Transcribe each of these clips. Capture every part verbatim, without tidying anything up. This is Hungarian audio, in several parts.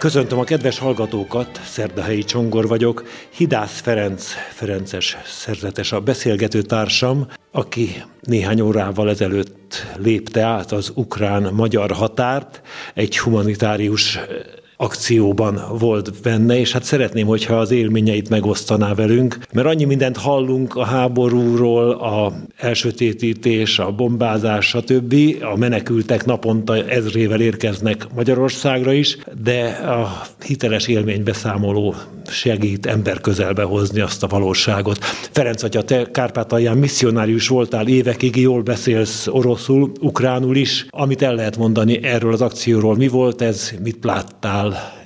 Köszöntöm a kedves hallgatókat, Szerdahelyi Csongor vagyok, Hidász Ferenc, ferences szerzetes a beszélgető társam, aki néhány órával ezelőtt lépte át az ukrán-magyar határt, egy humanitárius akcióban volt benne, és hát szeretném, hogyha az élményeit megosztaná velünk, mert annyi mindent hallunk a háborúról, a elsötétítés, a bombázás, stb. A menekültek naponta ezrével érkeznek Magyarországra is, de a hiteles élménybeszámoló segít ember közelbe hozni azt a valóságot. Ferenc atya, te Kárpátalján misszionárius voltál évekig, jól beszélsz oroszul, ukránul is. Amit el lehet mondani erről az akcióról, mi volt ez, mit láttál?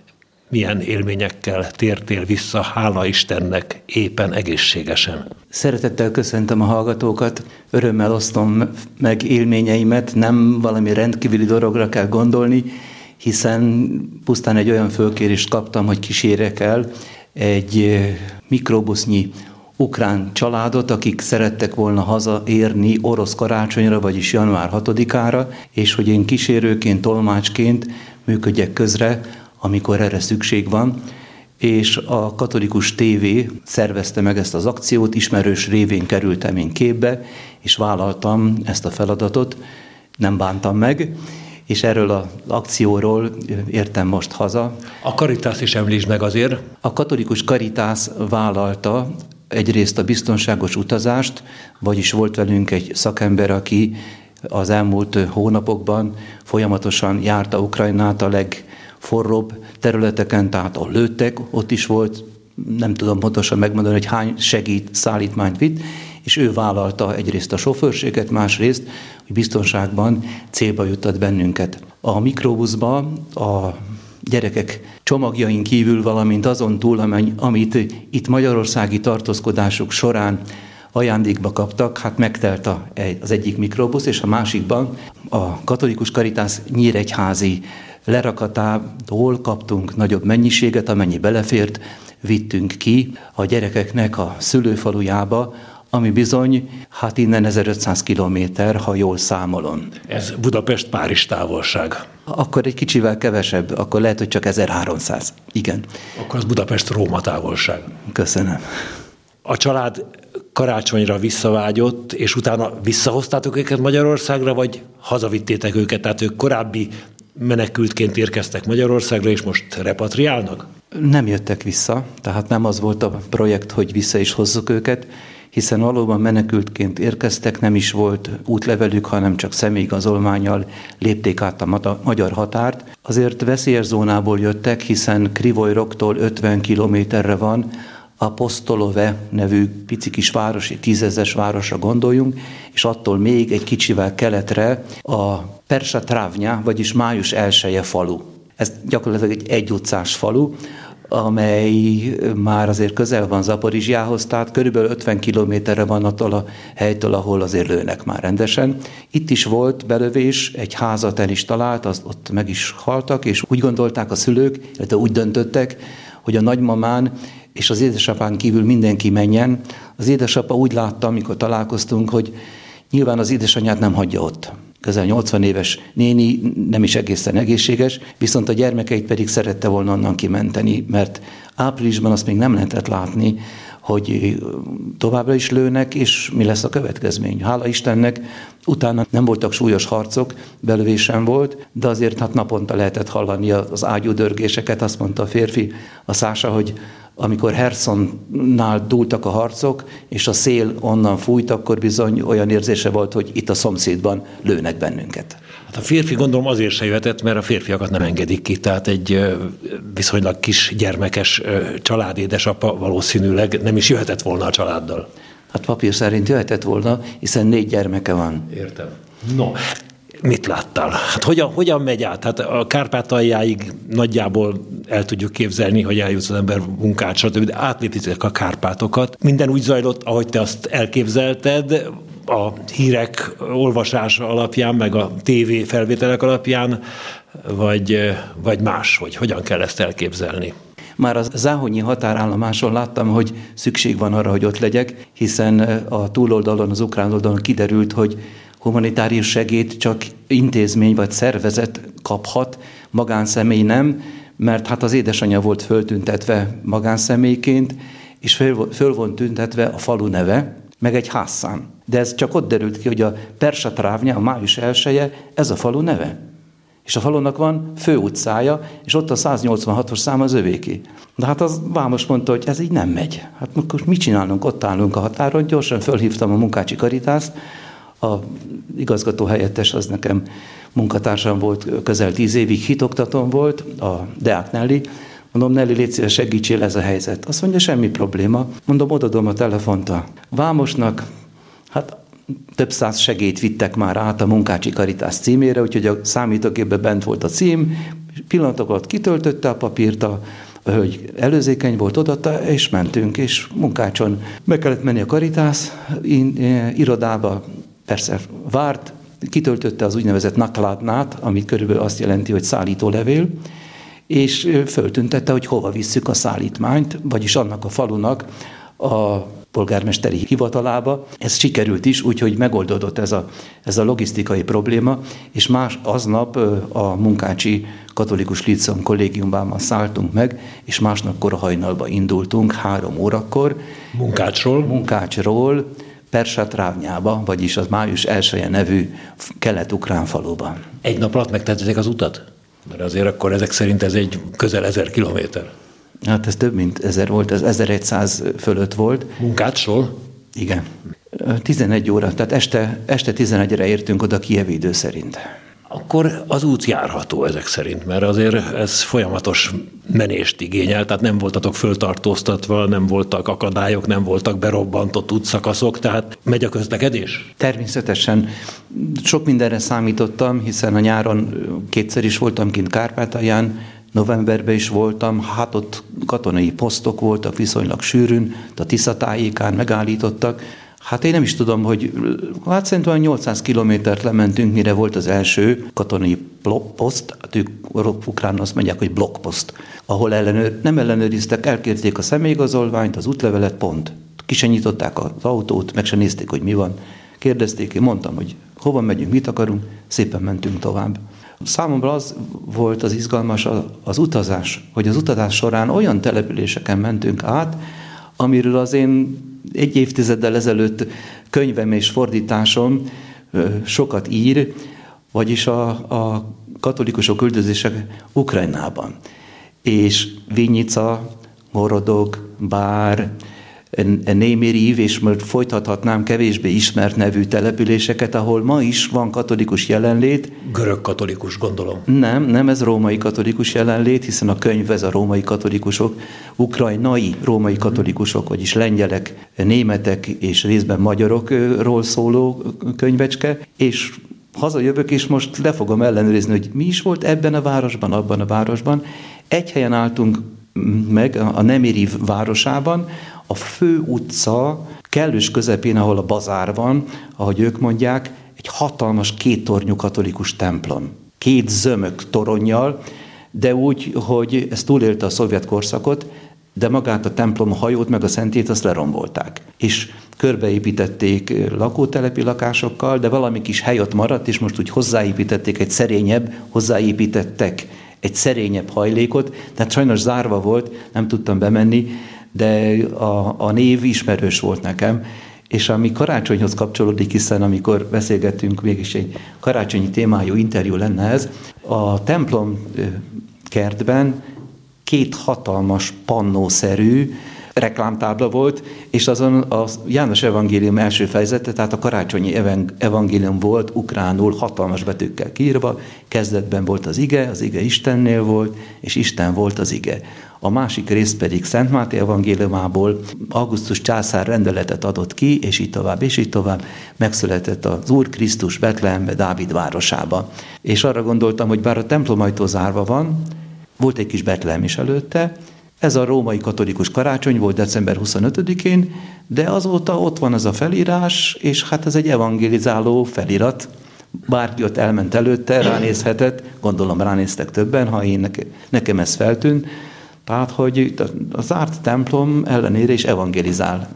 Milyen élményekkel tértél vissza, hála Istennek, éppen egészségesen? Szeretettel köszöntöm a hallgatókat, örömmel osztom meg élményeimet, nem valami rendkívüli dologra kell gondolni, hiszen pusztán egy olyan fölkérést kaptam, hogy kísérjek el egy mikrobusznyi ukrán családot, akik szerettek volna hazaérni orosz karácsonyra, vagyis január hatodikára, és hogy én kísérőként, tolmácsként működjek közre, amikor erre szükség van, és a katolikus tévé szervezte meg ezt az akciót, ismerős révén kerültem én képbe, és vállaltam ezt a feladatot, nem bántam meg, és erről az akcióról értem most haza. A Caritas is említsd meg azért. A katolikus Caritas vállalta egyrészt a biztonságos utazást, vagyis volt velünk egy szakember, aki az elmúlt hónapokban folyamatosan járta Ukrajnát a legforróbb területeken, tehát ahol lőttek, ott is volt, nem tudom pontosan megmondani, hogy hány segít szállítmányt vitt, és ő vállalta egyrészt a sofőrséget, másrészt, hogy biztonságban célba juttat bennünket. A mikrobuszba a gyerekek csomagjain kívül, valamint azon túl, amit itt magyarországi tartózkodásuk során ajándékba kaptak, hát megtelt a, az egyik mikrobusz, és a másikban a katolikus Caritas nyíregyházi lerakatától kaptunk nagyobb mennyiséget, amennyi belefért, vittünk ki a gyerekeknek a szülőfalujába, ami bizony, hát innen ezerötszáz kilométer, ha jól számolom. Ez Budapest-Párizs távolság. Akkor egy kicsivel kevesebb, akkor lehet, hogy csak ezerháromszáz. Igen. Akkor az Budapest-Róma távolság. Köszönöm. A család karácsonyra visszavágyott, és utána visszahoztátok őket Magyarországra, vagy hazavittétek őket? Tehát ők korábbi menekültként érkeztek Magyarországra, és most repatriálnak? Nem jöttek vissza, tehát nem az volt a projekt, hogy vissza is hozzuk őket, hiszen valóban menekültként érkeztek, nem is volt útlevelük, hanem csak személyigazolvánnyal lépték át a magyar határt. Azért veszélyes zónából jöttek, hiszen Krivojroktól ötven kilométerre van a Postolove nevű pici kis város, egy tízezres városra gondoljunk, és attól még egy kicsivel keletre a Persa Travnya, vagyis május elseje falu. Ez gyakorlatilag egy egyutcás falu, amely már azért közel van Zaporizsjához, tehát körülbelül ötven kilométerre van attól a helytől, ahol azért lőnek már rendesen. Itt is volt belövés, egy házat el is talált, azt ott meg is haltak, és úgy gondolták a szülők, illetve úgy döntöttek, hogy a nagymamán és az édesapán kívül mindenki menjen. Az édesapa úgy látta, amikor találkoztunk, hogy nyilván az édesanyját nem hagyja ott. Közel nyolcvan éves néni, nem is egészen egészséges, viszont a gyermekeit pedig szerette volna onnan kimenteni, mert áprilisban azt még nem lehetett látni, hogy továbbra is lőnek, és mi lesz a következmény. Hála Istennek, utána nem voltak súlyos harcok, belövés sem volt, de azért hát naponta lehetett hallani az ágyúdörgéseket. Azt mondta a férfi, a Szása, hogy amikor Hersonnál dúltak a harcok, és a szél onnan fújt, akkor bizony olyan érzése volt, hogy itt a szomszédban lőnek bennünket. Hát a férfi gondolom azért se jöhetett, mert a férfiakat nem engedik ki, tehát egy viszonylag kis gyermekes családédesapa valószínűleg nem is jöhetett volna a családdal. Hát papír szerint jöhetett volna, hiszen négy gyermeke van. Értem. No, mit láttál? Hát hogyan, hogyan megy át? Hát a Kárpátaljáig nagyjából el tudjuk képzelni, hogy eljutsz az ember munkát, stb. De átlépítek a Kárpátokat. Minden úgy zajlott, ahogy te azt elképzelted, a hírek olvasása alapján, meg a tévé felvételek alapján, vagy, vagy más, hogy hogyan kell ezt elképzelni? Már a záhonyi határállomáson láttam, hogy szükség van arra, hogy ott legyek, hiszen a túloldalon, az ukrán oldalon kiderült, hogy humanitárius segélyt csak intézmény vagy szervezet kaphat, magánszemély nem, mert hát az édesanyja volt föltüntetve magánszemélyként, és föl, föl volt tüntetve a falu neve, meg egy házszám. De ez csak ott derült ki, hogy a Persa Trávnya, a május elseje, ez a falu neve. És a falunak van főutcája, és ott a száznyolcvanhatos szám az övéké. De hát az Vámos mondta, hogy ez így nem megy. Hát most mit csinálunk? Ott állunk a határon, gyorsan fölhívtam a Munkácsi Karitást, a igazgató helyettes az nekem munkatársam volt, közel tíz évig hitoktatón volt, a Deák Nelly. Mondom, Nelly, légy szíves, segítsél, ez a helyzet. Azt mondja, semmi probléma. Mondom, odadom a telefont a Vámosnak, hát több száz segélyt vittek már át a Munkácsi Karitás címére, úgyhogy a számítógépben bent volt a cím, pillanatok alatt kitöltötte a papírt, a hölgy előzékeny volt, odatta, és mentünk, és Munkácson meg kellett menni a Karitás irodába, persze várt, kitöltötte az úgynevezett nakládnát, ami körülbelül azt jelenti, hogy szállítólevél, és föltüntette, hogy hova visszük a szállítmányt, vagyis annak a falunak a polgármesteri hivatalába. Ez sikerült is, úgyhogy megoldódott ez a, ez a logisztikai probléma, és más aznap a Munkácsi Katolikus Líceum kollégiumban szálltunk meg, és másnap kora hajnalba indultunk, három órakor. Munkácsról? Munkácsról, Persa Trávnyába, vagyis az május elseje nevű kelet-ukrán faluban. Egy nap alatt megtették az utat? Mert azért akkor ezek szerint ez egy közel ezer kilométer. Hát ez több mint ezer volt, ez ezerszáz fölött volt. Munkácsról? Igen. tizenegy óra, tehát este, este tizenegyre értünk oda Kijev idő szerint. Akkor az út járható ezek szerint, mert azért ez folyamatos menést igényel, tehát nem voltatok föltartóztatva, nem voltak akadályok, nem voltak berobbantott útszakaszok, tehát megy a közlekedés? Természetesen sok mindenre számítottam, hiszen a nyáron kétszer is voltam kint Kárpátalján, novemberben is voltam, hát ott katonai posztok voltak viszonylag sűrűn, a Tisza tájékán megállítottak. Hát én nem is tudom, hogy hát szerintem nyolcszáz kilométert lementünk, mire volt az első katonai poszt, hát ők ukránul azt mondják, hogy blokkposzt, ahol ellenőr, nem ellenőriztek, elkérték a személyigazolványt, az útlevelet, pont. Ki se nyitották az autót, meg se nézték, hogy mi van. Kérdezték, én mondtam, hogy hova megyünk, mit akarunk, szépen mentünk tovább. Számomra az volt az izgalmas az utazás, hogy az utazás során olyan településeken mentünk át, amiről az én egy évtizeddel ezelőtt könyvem és fordításom sokat ír, vagyis a, a katolikusok üldözések Ukrajnában. És Vinnica, Morodok, Bár, Némiriv, és most folytathatnám kevésbé ismert nevű településeket, ahol ma is van katolikus jelenlét. Görög katolikus, gondolom. Nem, nem ez római katolikus jelenlét, hiszen a könyv ez a római katolikusok, ukrajnai római katolikusok, vagyis lengyelek, németek és részben magyarokról szóló könyvecske, és hazajövök, és most le fogom ellenőrizni, hogy mi is volt ebben a városban, abban a városban. Egy helyen álltunk meg, a Nemiriv városában, a fő utca kellős közepén, ahol a bazár van, ahogy ők mondják, egy hatalmas kéttornyú katolikus templom. Két zömök toronnyal, de úgy, hogy ez túlélte a szovjet korszakot, de magát a templom hajót meg a szentét azt lerombolták. És körbeépítették lakótelepi lakásokkal, de valami kis hely ott maradt, és most úgy hozzáépítették egy szerényebb, hozzáépítettek egy szerényebb hajlékot, tehát sajnos zárva volt, nem tudtam bemenni, de a, a név ismerős volt nekem, és ami karácsonyhoz kapcsolódik, hiszen amikor beszélgettünk, mégis egy karácsonyi témájú interjú lenne ez, a templom kertben két hatalmas pannószerű reklámtábla volt, és azon a János evangélium első fejezete, tehát a karácsonyi evangélium volt ukránul hatalmas betűkkel kiírva, kezdetben volt az ige, az ige Istennél volt, és Isten volt az ige. A másik rész pedig Szent Máté evangéliumából Augustus császár rendeletet adott ki, és így tovább, és így tovább megszületett az Úr Krisztus Betlehembe, Dávid városába. És arra gondoltam, hogy bár a templomajtó zárva van, volt egy kis Betlehem is előtte, ez a római katolikus karácsony volt december huszonötödikén, de azóta ott van ez a felírás, és hát ez egy evangélizáló felirat. Bárki ott elment előtte, ránézhetett, gondolom ránéztek többen, ha én neke, nekem ez feltűnt, tehát, hogy a zárt templom ellenére is evangelizál.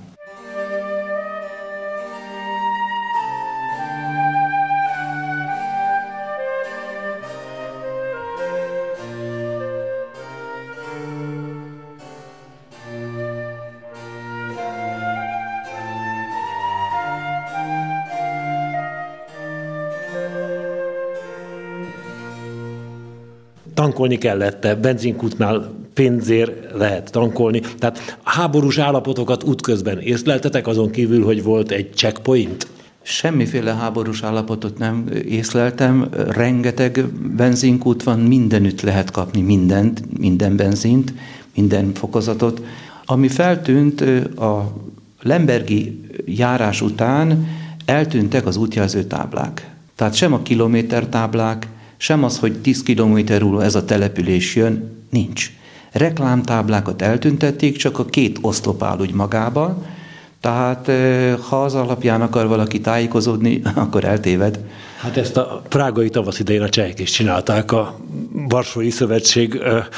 tankolni kellett, benzinkútnál pénzért lehet tankolni. Tehát háborús állapotokat útközben észleltetek, azon kívül, hogy volt egy checkpoint? Semmiféle háborús állapotot nem észleltem, rengeteg benzinkút van, mindenütt lehet kapni mindent, minden benzint, minden fokozatot. Ami feltűnt, a lembergi járás után eltűntek az útjelző táblák. Tehát sem a kilométertáblák, sem az, hogy tíz kilométerről ez a település jön, nincs. Reklámtáblákat eltüntették, csak a két oszlop áll úgy magában, tehát ha az alapján akar valaki tájékozódni, akkor eltéved. Hát ezt a prágai tavasz idején a csehek is csinálták, a Varsói Szövetség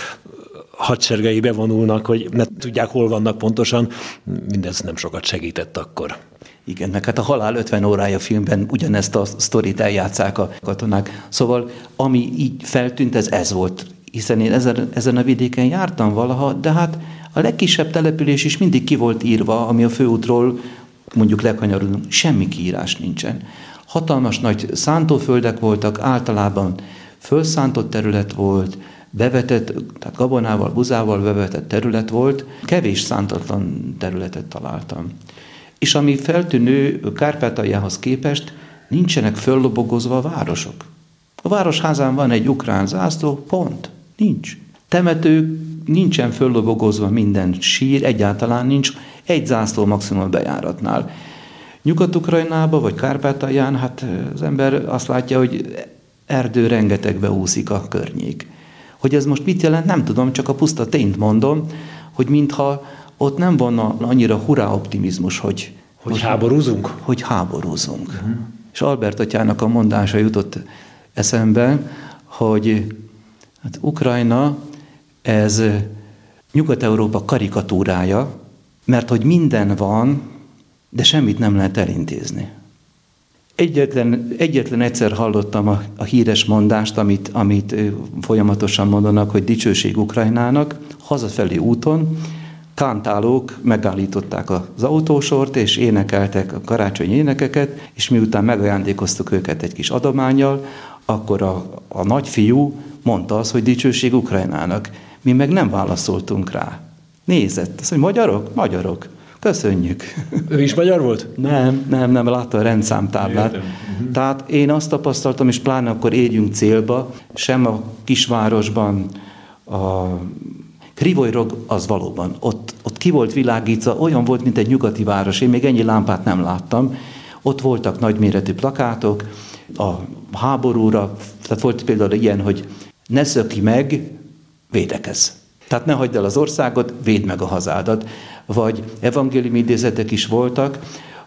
hadseregei bevonulnak, hogy ne tudják, hol vannak pontosan. Mindez nem sokat segített akkor. Igen, meg hát a Halál ötven órája filmben ugyanezt a sztorit eljátszák a katonák. Szóval ami így feltűnt, ez ez volt. Hiszen én ezen, ezen a vidéken jártam valaha, de hát a legkisebb település is mindig ki volt írva, ami a főútról mondjuk lekanyarodunk, semmi kiírás nincsen. Hatalmas nagy szántóföldek voltak, általában fölszántott terület volt, bevetett, tehát gabonával, buzával bevetett terület volt, kevés szántatlan területet találtam. És ami feltűnő Kárpátaljához képest, nincsenek föllobogozva a városok. A városházán van egy ukrán zászló, pont, nincs. Temető nincsen föllobogozva minden sír, egyáltalán nincs, egy zászló maximum a bejáratnál. Nyugat-Ukrajnában vagy Kárpátalján, hát az ember azt látja, hogy erdő rengetegbe úszik a környék. Hogy ez most mit jelent, nem tudom, csak a puszta tényt mondom, hogy mintha ott nem volna annyira hurrá optimizmus, hogy... Hogy, hogy háborúzunk? Hogy háborúzunk. Uh-huh. És Albert atyának a mondása jutott eszembe, hogy hát Ukrajna ez Nyugat-Európa karikatúrája, mert hogy minden van, de semmit nem lehet elintézni. Egyetlen, egyetlen egyszer hallottam a, a híres mondást, amit, amit folyamatosan mondanak, hogy dicsőség Ukrajnának, hazafelé úton kántálók megállították az autósort, és énekeltek a karácsonyi énekeket, és miután megajándékoztuk őket egy kis adománnyal, akkor a, a nagyfiú mondta azt, hogy dicsőség Ukrajnának. Mi meg nem válaszoltunk rá. Nézett, azt mondja, magyarok? Magyarok. Köszönjük. Ő is magyar volt? Nem, nem, nem, látta a rendszámtáblát. Uh-huh. Tehát én azt tapasztaltam, és pláne akkor érjünk célba, sem a kisvárosban, a Krivojrog az valóban, ott, ott ki volt világítva, olyan volt, mint egy nyugati város, én még ennyi lámpát nem láttam. Ott voltak nagyméretű plakátok, a háborúra, tehát volt például ilyen, hogy ne szöki meg, védekezz. Tehát ne hagyd el az országot, védd meg a hazádat. Vagy evangéliumi idézetek is voltak,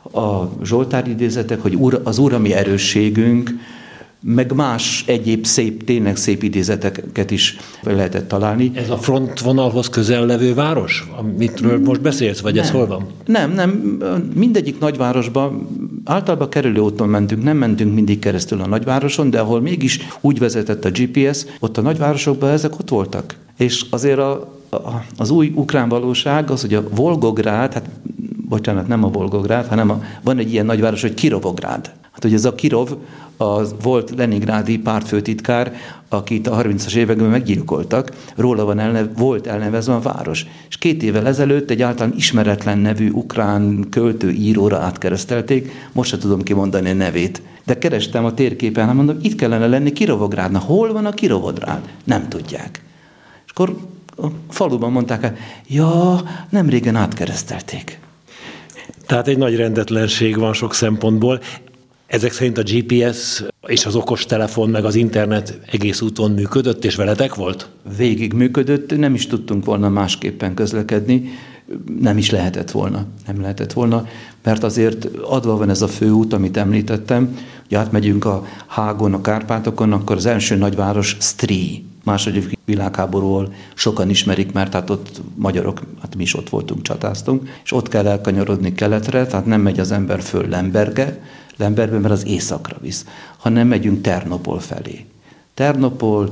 a Zsoltár idézetek, hogy úr, az Úr a mi erősségünk, meg más egyéb szép, tényleg szép idézeteket is lehetett találni. Ez a frontvonalhoz közel levő város, amitről most beszélsz, vagy nem, ez hol van? Nem, nem, mindegyik nagyvárosban, általában kerülő úton mentünk, nem mentünk mindig keresztül a nagyvároson, de ahol mégis úgy vezetett a gé pé es, ott a nagyvárosokban ezek ott voltak. És azért a, a, az új ukrán valóság az, hogy a Volgográd, hát bocsánat, nem a Volgográd, hanem a, van egy ilyen nagyváros, hogy Kirovográd. Hát, hogy ez a Kirov, az volt leningrádi pártfőtitkár, akit a harmincas években meggyilkoltak, róla van elnev, volt elnevezve a város. És két évvel ezelőtt egy általán ismeretlen nevű ukrán költő íróra átkeresztelték, most se tudom kimondani a nevét. De kerestem a térképen, hát mondom, itt kellene lenni Kirovográd. Na, hol van a Kirovográd? Nem tudják. És akkor a faluban mondták el, ja, nem régen átkeresztelték. Tehát egy nagy rendetlenség van sok szempontból. Ezek szerint a gé pé es és az okostelefon meg az internet egész úton működött, és veletek volt? Végig működött, nem is tudtunk volna másképpen közlekedni, nem is lehetett volna, nem lehetett volna, mert azért adva van ez a főút, amit említettem, hogy átmegyünk a Hágon, a Kárpátokon, akkor az első nagyváros Stryj, második világháborúból sokan ismerik, mert hát ott magyarok, hát mi is ott voltunk, csatáztunk, és ott kell elkanyarodni keletre, tehát nem megy az ember föl Lemberge, Lemberbe, mert az északra visz, hanem megyünk Ternopol felé. Ternopol,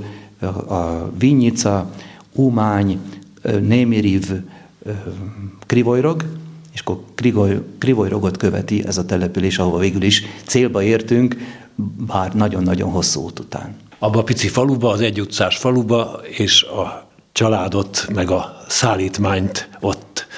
a Vinnica, Umány, Némiriv, Krivojrog, és akkor Krivojrogot követi ez a település, ahova végül is célba értünk, bár nagyon-nagyon hosszú út után. Abba a pici faluba, az egy utcás faluba, és a családot, meg a szállítmányt ott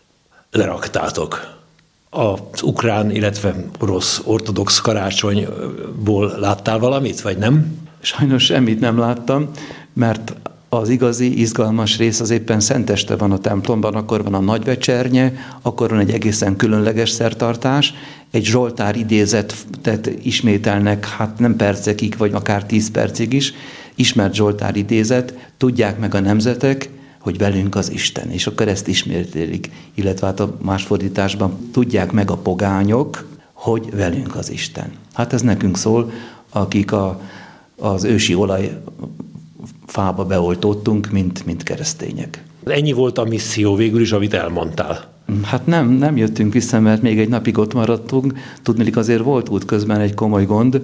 leraktátok. Az ukrán, illetve orosz ortodox karácsonyból láttál valamit, vagy nem? Sajnos semmit nem láttam, mert az igazi, izgalmas rész az éppen szenteste van a templomban, akkor van a nagyvecsernye, akkor van egy egészen különleges szertartás, egy Zsoltár idézetet ismételnek, hát nem percekig, vagy akár tíz percig is, ismert Zsoltár idézet, tudják meg a nemzetek, hogy velünk az Isten, és akkor ezt ismételik, illetve hát a más fordításban tudják meg a pogányok, hogy velünk az Isten. Hát ez nekünk szól, akik a, az ősi olaj fába beoltottunk, mint, mint keresztények. Ennyi volt a misszió végül is, amit elmondtál. Hát nem, nem jöttünk vissza, mert még egy napig ott maradtunk. Tudniillik azért volt útközben egy komoly gond.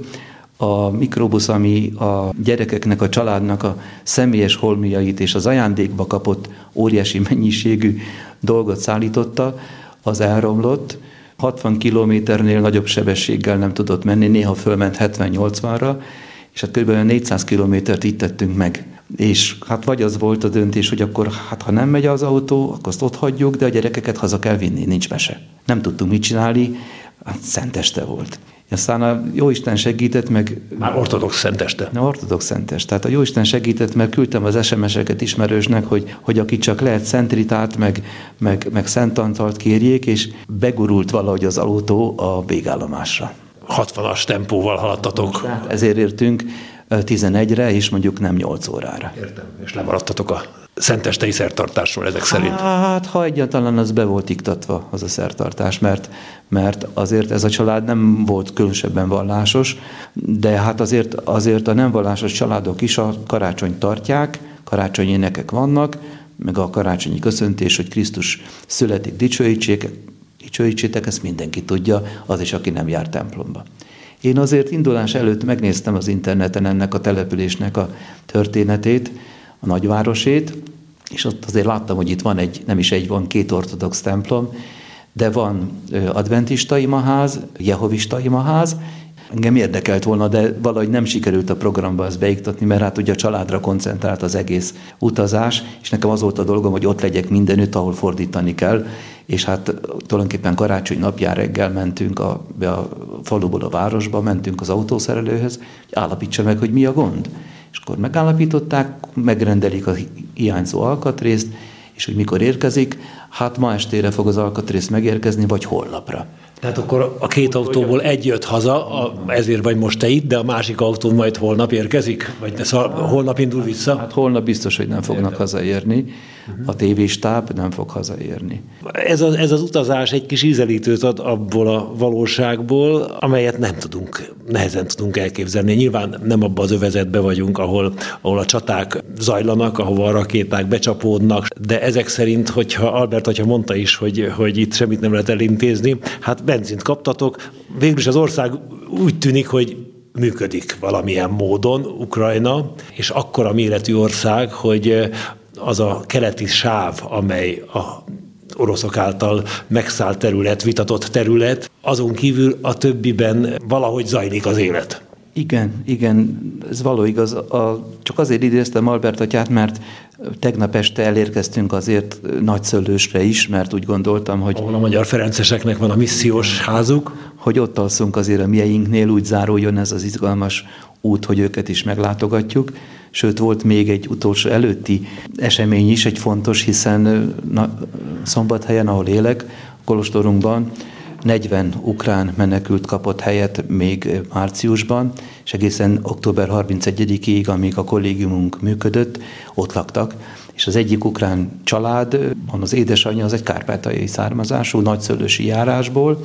A mikrobusz, ami a gyerekeknek, a családnak a személyes holmiait és az ajándékba kapott óriási mennyiségű dolgot szállította, az elromlott. hatvan kilométernél nagyobb sebességgel nem tudott menni, néha fölment hetven-nyolcvanra, és hát kb. négyszáz kilométert így tettünk meg. És hát vagy az volt a döntés, hogy akkor hát ha nem megy az autó, akkor azt ott hagyjuk, de a gyerekeket haza kell vinni, nincs mese. Nem tudtunk mit csinálni, hát szenteste volt. Aztán a Jóisten segített meg... Már ortodox szenteste. Na, ortodox szenteste. Tehát a Jóisten segített, mert küldtem az es em es-eket ismerősnek, hogy, hogy aki csak lehet Szent Ritát, meg, meg, meg Szent Antalt kérjék, és begurult valahogy az autó a végállomásra. hatvanas tempóval haladtatok. Tehát ezért értünk tizenegyre, és mondjuk nem nyolc órára. Értem. És lemaradtatok a szentestei szertartásról ezek szerint. Hát, ha egyáltalán az be volt iktatva, az a szertartás, mert, mert azért ez a család nem volt különösebben vallásos, de hát azért, azért a nem vallásos családok is a karácsonyt tartják, karácsonyi énekek vannak, meg a karácsonyi köszöntés, hogy Krisztus születik, dicsőítsék, dicsőítsétek, ezt mindenki tudja, az is, aki nem jár templomba. Én azért indulás előtt megnéztem az interneten ennek a településnek a történetét, a nagyvárosét, és ott azért láttam, hogy itt van egy, nem is egy, van két ortodox templom, de van adventista imaház, jehovista imaház. Engem érdekelt volna, de valahogy nem sikerült a programba ezt beiktatni, mert hát ugye a családra koncentrált az egész utazás, és nekem az volt a dolgom, hogy ott legyek mindenütt, ahol fordítani kell, és hát tulajdonképpen karácsony napján reggel mentünk a, a faluból a városba, mentünk az autószerelőhöz, hogy állapítsa meg, hogy mi a gond. És akkor megállapították, megrendelik a hiányzó alkatrészt, és hogy mikor érkezik, hát ma estére fog az alkatrész megérkezni, vagy holnapra. Tehát akkor a két autóból egy jött haza, a, ezért vagy most te itt, de a másik autó majd holnap érkezik? Vagy szóval holnap indul vissza? Hát holnap biztos, hogy nem fognak hazaérni. A tévéstáb nem fog hazaérni. Ez az, ez az utazás egy kis ízelítőt ad abból a valóságból, amelyet nem tudunk, nehezen tudunk elképzelni. Nyilván nem abban az övezetben vagyunk, ahol, ahol a csaták zajlanak, ahova a rakéták becsapódnak, de ezek szerint, hogyha Albert atya mondta is, hogy, hogy itt semmit nem lehet elintézni, hát benzint kaptatok. Végül is az ország úgy tűnik, hogy működik valamilyen módon, Ukrajna, és akkora méretű ország, hogy az a keleti sáv, amely a oroszok által megszállt terület, vitatott terület, azon kívül a többiben valahogy zajlik az élet. Igen, igen, ez való igaz. A, csak azért idéztem Albert atyát, mert tegnap este elérkeztünk azért Nagyszöllősre is, mert úgy gondoltam, hogy... Ahol a magyar ferenceseknek van a missziós házuk. Hogy ott alszunk azért a mieinknél, úgy záruljon ez az izgalmas út, hogy őket is meglátogatjuk. Sőt, volt még egy utolsó előtti esemény is, egy fontos, hiszen na, Szombathelyen, ahol élek, kolostorunkban negyven ukrán menekült kapott helyet még márciusban, és egészen október harmincegyedikéig, amíg a kollégiumunk működött, ott laktak. És az egyik ukrán család, van az édesanyja, az egy kárpátaljai származású, nagyszöllősi járásból,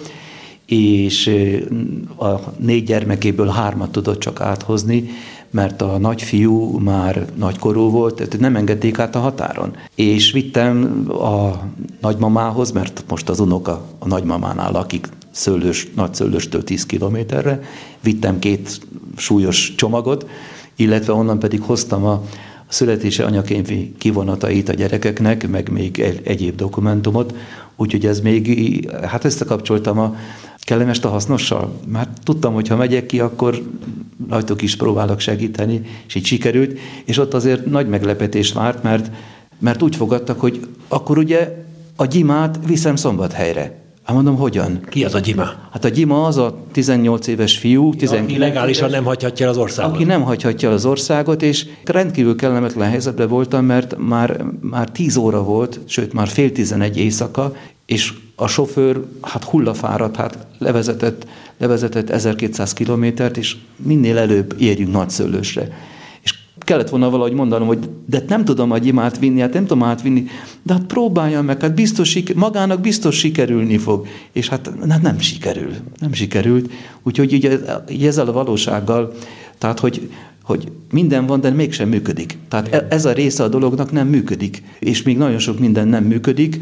és a négy gyermekéből hármat tudott csak áthozni, mert a nagyfiú már nagykorú volt, tehát nem engedték át a határon. És vittem a nagymamához, mert most az unoka a nagymamánál lakik Szőlős, Nagyszőlőstől tíz kilométerre, vittem két súlyos csomagot, illetve onnan pedig hoztam a születési anyakönyvi kivonatait a gyerekeknek, meg még egyéb dokumentumot, úgyhogy ez még, hát összekapcsoltam a kellemest a hasznossal. Már tudtam, hogy ha megyek ki, akkor rajtuk is próbálok segíteni, és így sikerült, és ott azért nagy meglepetés várt, mert, mert úgy fogadtak, hogy akkor ugye a gyimát viszem Szombathelyre. Hát mondom, hogyan? Ki az a gyima? Hát a gyima az a tizennyolc éves fiú, tizenkilenc aki legálisan nem hagyhatja el az országot. Aki nem hagyhatja el az országot, és rendkívül kellemetlen helyzetben voltam, mert már, már tíz óra volt, sőt már fél tizenegy éjszaka, és a sofőr hát hullafáradt, hát levezetett, levezetett ezerkétszáz kilométert, és minél előbb érjünk Nagyszőlősre. És kellett volna valahogy mondanom, hogy de nem tudom a gyimát vinni, hát nem tudom átvinni, de hát próbáljam meg, hát biztos, magának biztos sikerülni fog. És hát, hát nem sikerül, nem sikerült. Úgyhogy így, így ezzel a valósággal, tehát hogy, hogy minden van, de mégsem működik. Tehát ez a része a dolognak nem működik, és még nagyon sok minden nem működik,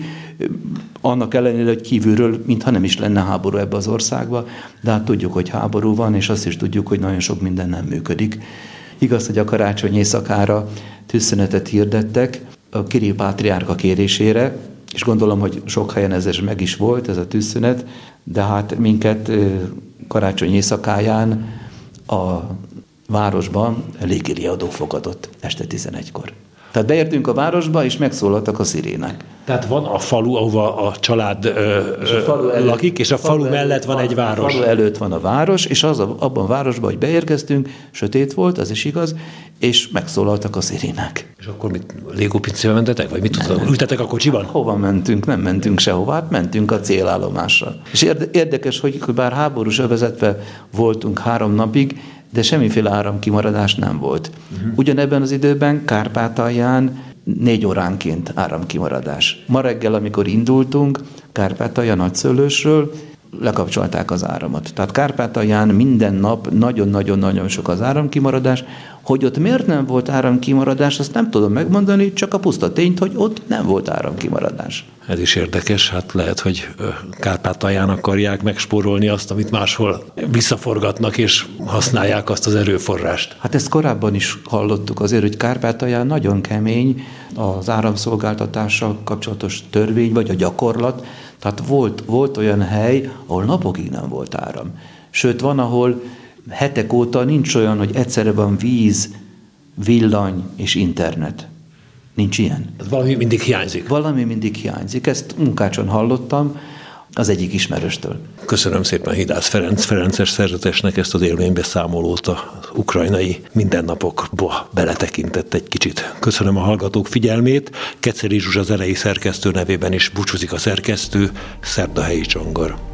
annak ellenére, hogy kívülről, mintha nem is lenne háború ebbe az országba, de hát tudjuk, hogy háború van, és azt is tudjuk, hogy nagyon sok minden nem működik. Igaz, hogy a karácsony éjszakára tűzszünetet hirdettek a Kirill pátriárka kérésére, és gondolom, hogy sok helyen ez meg is volt, ez a tűzszünet, de hát minket karácsony éjszakáján a városban légiriadó fogadott este tizenegykor. Tehát beértünk a városba, és megszólaltak a szirénák. Tehát van a falu, ahova a család ö, és a falu előtt, lakik, és a falu, falu mellett van egy város. A falu előtt van a város, és az a, abban a városban, hogy beérkeztünk, sötét volt, az is igaz, és megszólaltak a szirénák. És akkor mit, légópincébe mentetek, vagy mit tudtak? Ültetek a kocsiban? Hova mentünk? Nem mentünk sehova, hát mentünk a célállomásra. És érdekes, hogy bár háborús övezetben voltunk három napig, de semmiféle áramkimaradás nem volt. Uh-huh. Ugyanebben az időben Kárpátalján négy óránként áramkimaradás. Ma reggel, amikor indultunk Kárpátalja Nagyszőlősről, lekapcsolták az áramot. Tehát Kárpátalján minden nap nagyon-nagyon-nagyon sok az áramkimaradás. Hogy ott miért nem volt áramkimaradás, azt nem tudom megmondani, csak a puszta tényt, hogy ott nem volt áramkimaradás. Ez is érdekes, hát lehet, hogy Kárpátalján akarják megspórolni azt, amit máshol visszaforgatnak, és használják azt az erőforrást. Hát ezt korábban is hallottuk azért, hogy Kárpátalján nagyon kemény az áramszolgáltatással kapcsolatos törvény, vagy a gyakorlat. Tehát volt, volt olyan hely, ahol napokig nem volt áram. Sőt, van, ahol hetek óta nincs olyan, hogy egyszerre van víz, villany és internet. Nincs ilyen. Valami mindig hiányzik. Valami mindig hiányzik. Ezt Munkácson hallottam az egyik ismerőstől. Köszönöm szépen Hidász Ferenc, ferences szerzetesnek ezt az élménybeszámolót, az ukrajnai mindennapokba beletekintett egy kicsit. Köszönöm a hallgatók figyelmét. Keceli Zsuzsa zenei szerkesztő nevében is búcsúzik a szerkesztő, Szerdahelyi Csongor.